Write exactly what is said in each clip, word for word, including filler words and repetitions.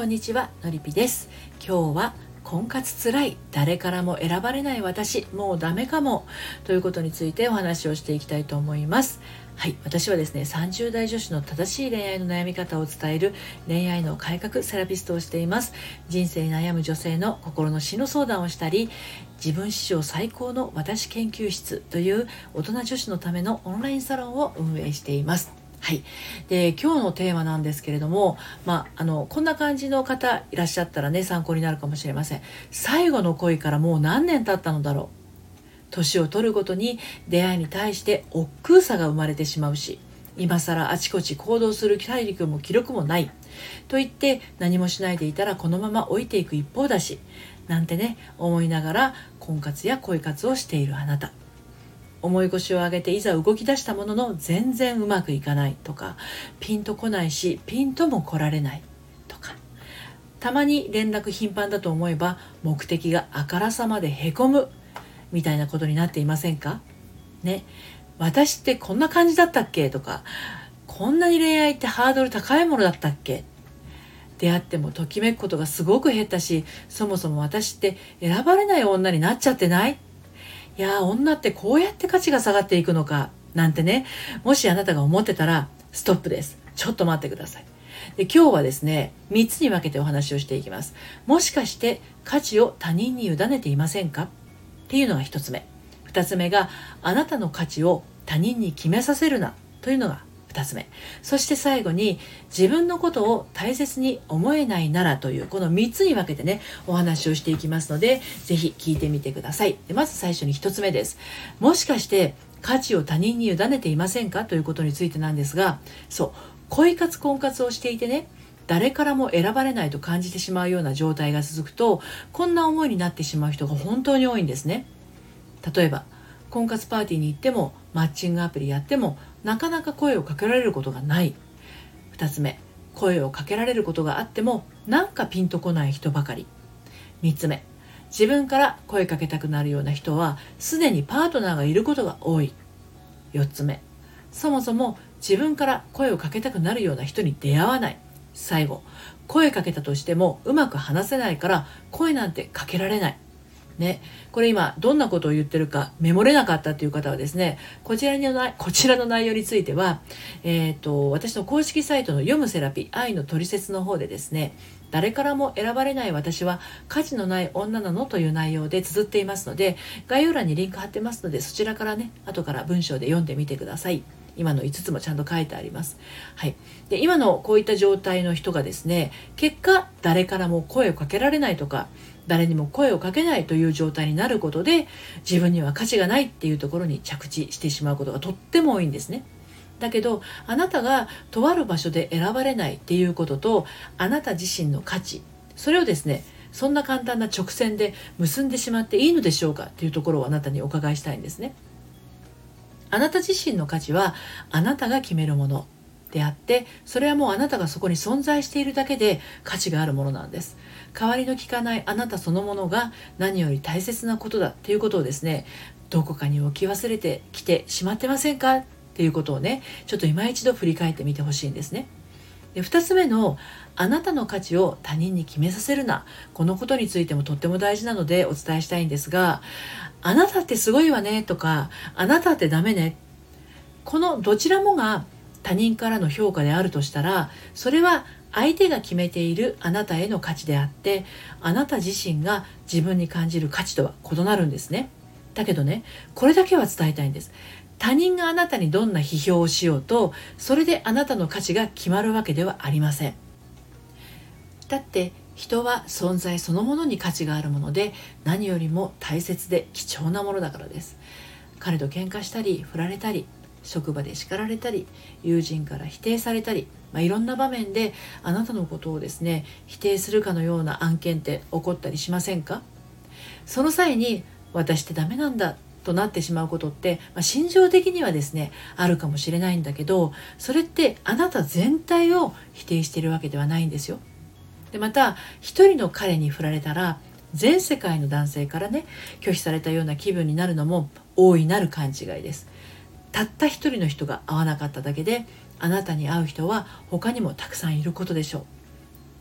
こんにちは、のりぴです。今日は婚活つらい、誰からも選ばれない私、もうダメかもということについてお話をしていきたいと思います。はい、私はですね、さんじゅう代女子の正しい恋愛の悩み方を伝える恋愛の改革セラピストをしています。人生に悩む女性の心の進路相談をしたり、自分史上最高の私研究室という大人女子のためのオンラインサロンを運営しています。はい、で今日のテーマなんですけれども、まあ、あのこんな感じの方いらっしゃったらね、参考になるかもしれません。最後の恋からもう何年経ったのだろう。年を取るごとに出会いに対して億劫さが生まれてしまうし、今更あちこち行動する体力も気力もないと言って何もしないでいたらこのまま老いていく一方だし、なんてね思いながら婚活や恋活をしているあなた、重い腰を上げていざ動き出したものの全然うまくいかないとか、ピンとこないしピンとも来られないとか、たまに連絡頻繁だと思えば目的があからさまでへこむみたいなことになっていませんかね。私ってこんな感じだったっけとか、こんなに恋愛ってハードル高いものだったっけ、出会ってもときめくことがすごく減ったし、そもそも私って選ばれない女になっちゃってない、いやー女ってこうやって価値が下がっていくのかなんてね、もしあなたが思ってたらストップです。ちょっと待ってください。で今日はですね、みっつに分けてお話をしていきます。もしかして価値を他人に委ねていませんかっていうのがひとつめ。ふたつめがあなたの価値を他人に決めさせるなというのがふたつめ。そして最後に自分のことを大切に思えないならという、このみっつに分けてねお話をしていきますので、ぜひ聞いてみてください。でまず最初にひとつめです。もしかして価値を他人に委ねていませんかということについてなんですが、そう恋活婚活をしていてね、誰からも選ばれないと感じてしまうような状態が続くと、こんな思いになってしまう人が本当に多いんですね。例えば婚活パーティーに行ってもマッチングアプリやってもなかなか声をかけられることがない。ふたつめ、声をかけられることがあってもなんかピンとこない人ばかり。みっつめ、自分から声かけたくなるような人はすでにパートナーがいることが多い。よっつめ、そもそも自分から声をかけたくなるような人に出会わない。最後、声かけたとしてもうまく話せないから声なんてかけられないね。これ今どんなことを言ってるかメモれなかったという方はですね、こちらになこちらの内容については、えーと、私の公式サイトの読むセラピー愛のトリセツの方でですね、誰からも選ばれない私は価値のない女なのという内容で綴っていますので、概要欄にリンク貼ってますので、そちらからね後から文章で読んでみてください。今のいつつもちゃんと書いてあります。はい、で今のこういった状態の人がですね、結果誰からも声をかけられないとか、誰にも声をかけないという状態になることで、自分には価値がないっていうところに着地してしまうことがとっても多いんですね。だけどあなたがとある場所で選ばれないっていうことと、あなた自身の価値、それをですね、そんな簡単な直線で結んでしまっていいのでしょうかっていうところをあなたにお伺いしたいんですね。あなた自身の価値はあなたが決めるものであって、それはもうあなたがそこに存在しているだけで価値があるものなんです。代わりの利かないあなたそのものが何より大切なことだっていうことをですね、どこかに置き忘れてきてしまってませんかっていうことをね、ちょっと今一度振り返ってみてほしいんですね。でふたつめのあなたの価値を他人に決めさせるな、このことについてもとっても大事なのでお伝えしたいんですが、あなたってすごいわねとか、あなたってダメね、このどちらもが他人からの評価であるとしたら、それは相手が決めているあなたへの価値であって、あなた自身が自分に感じる価値とは異なるんですね。だけどね、これだけは伝えたいんです。他人があなたにどんな批評をしようと、それであなたの価値が決まるわけではありません。だって人は存在そのものに価値があるもので、何よりも大切で貴重なものだからです。彼と喧嘩したり振られたり、職場で叱られたり、友人から否定されたり、まあ、いろんな場面であなたのことをですね否定するかのような案件って起こったりしませんか？その際に私ってダメなんだとなってしまうことって、まあ、心情的にはですねあるかもしれないんだけど、それってあなた全体を否定しているわけではないんですよ。でまた一人の彼に振られたら全世界の男性からね拒否されたような気分になるのも大いなる勘違いです。たった一人の人が合わなかっただけで、あなたに会う人は他にもたくさんいることでしょう。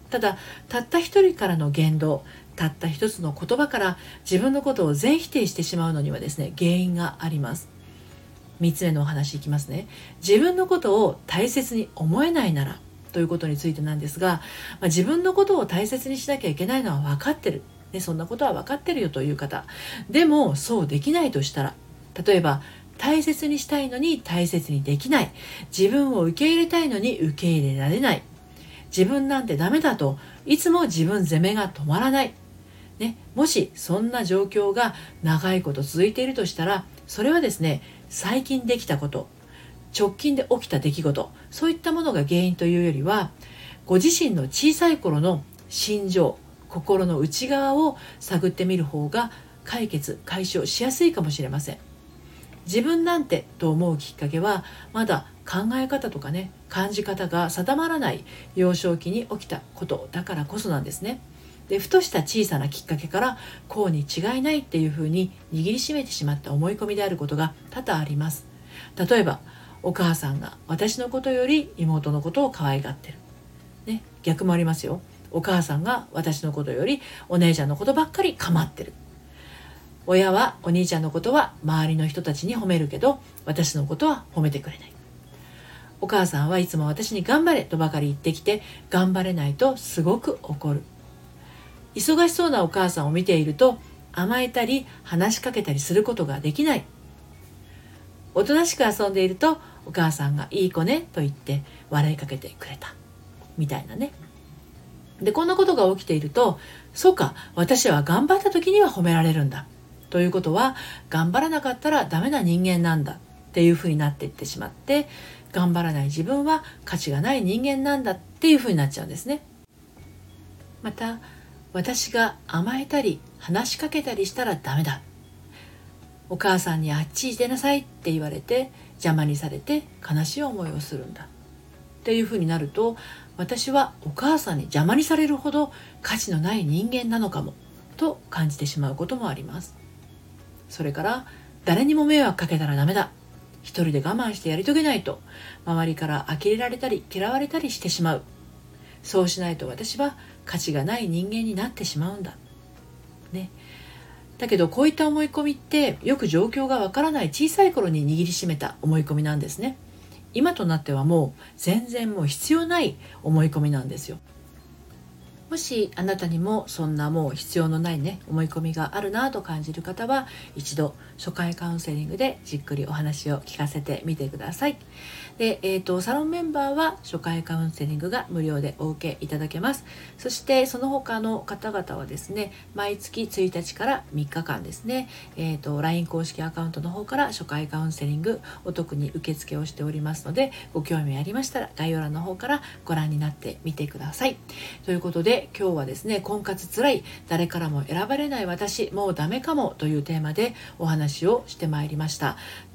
ただたった一人からの言動、たった一つの言葉から自分のことを全否定してしまうのにはですね、原因があります。みっつめのお話いきますね。自分のことを大切に思えないならということについてなんですが、まあ、自分のことを大切にしなきゃいけないのは分かってる、ね、そんなことは分かってるよという方でも、そうできないとしたら、例えば大切にしたいのに大切にできない、自分を受け入れたいのに受け入れられない、自分なんてダメだといつも自分責めが止まらない、ね、もしそんな状況が長いこと続いているとしたら、それはですね、最近できたこと、直近で起きた出来事、そういったものが原因というよりは、ご自身の小さい頃の心情、心の内側を探ってみる方が解決解消しやすいかもしれません。自分なんてと思うきっかけは、まだ考え方とかね、感じ方が定まらない幼少期に起きたことだからこそなんですね。で、ふとした小さなきっかけからこうに違いないっていうふうに握りしめてしまった思い込みであることが多々あります。例えば、お母さんが私のことより妹のことを可愛がってる、ね、逆もありますよ。お母さんが私のことよりお姉ちゃんのことばっかり構ってる。親はお兄ちゃんのことは周りの人たちに褒めるけど、私のことは褒めてくれない。お母さんはいつも私に頑張れとばかり言ってきて、頑張れないとすごく怒る。忙しそうなお母さんを見ていると、甘えたり話しかけたりすることができない。おとなしく遊んでいると、お母さんがいい子ねと言って笑いかけてくれた、みたいなね。で、こんなことが起きていると、そうか、私は頑張った時には褒められるんだ、ということは頑張らなかったらダメな人間なんだっていうふうになっていってしまって、頑張らない自分は価値がない人間なんだっていうふうになっちゃうんですね。また、私が甘えたり話しかけたりしたらダメだ、お母さんにあっち行ってなさいって言われて邪魔にされて悲しい思いをするんだっていうふうになると、私はお母さんに邪魔にされるほど価値のない人間なのかもと感じてしまうこともあります。それから、誰にも迷惑かけたらダメだ、一人で我慢してやり遂げないと周りから呆れられたり嫌われたりしてしまう、そうしないと私は価値がない人間になってしまうんだ、ね。だけど、こういった思い込みってよく状況がわからない小さい頃に握りしめた思い込みなんですね。今となってはもう全然もう必要ない思い込みなんですよ。もしあなたにもそんなもう必要のないね思い込みがあるなと感じる方は、一度初回カウンセリングでじっくりお話を聞かせてみてください。で、えーと、サロンメンバーは初回カウンセリングが無料でお受けいただけます。そしてその他の方々はですね、毎月ついたちからみっかかんですね、えーと、ライン 公式アカウントの方から初回カウンセリングお得に受付をしておりますので、ご興味ありましたら概要欄の方からご覧になってみてください。ということで、今日はですね、婚活つらい、誰からも選ばれない私、もうダメかもというテーマでお話をしてまいりました。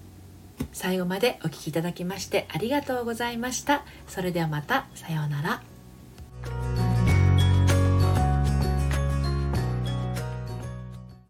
最後までお聞きいただきましてありがとうございました。それではまた、さようなら。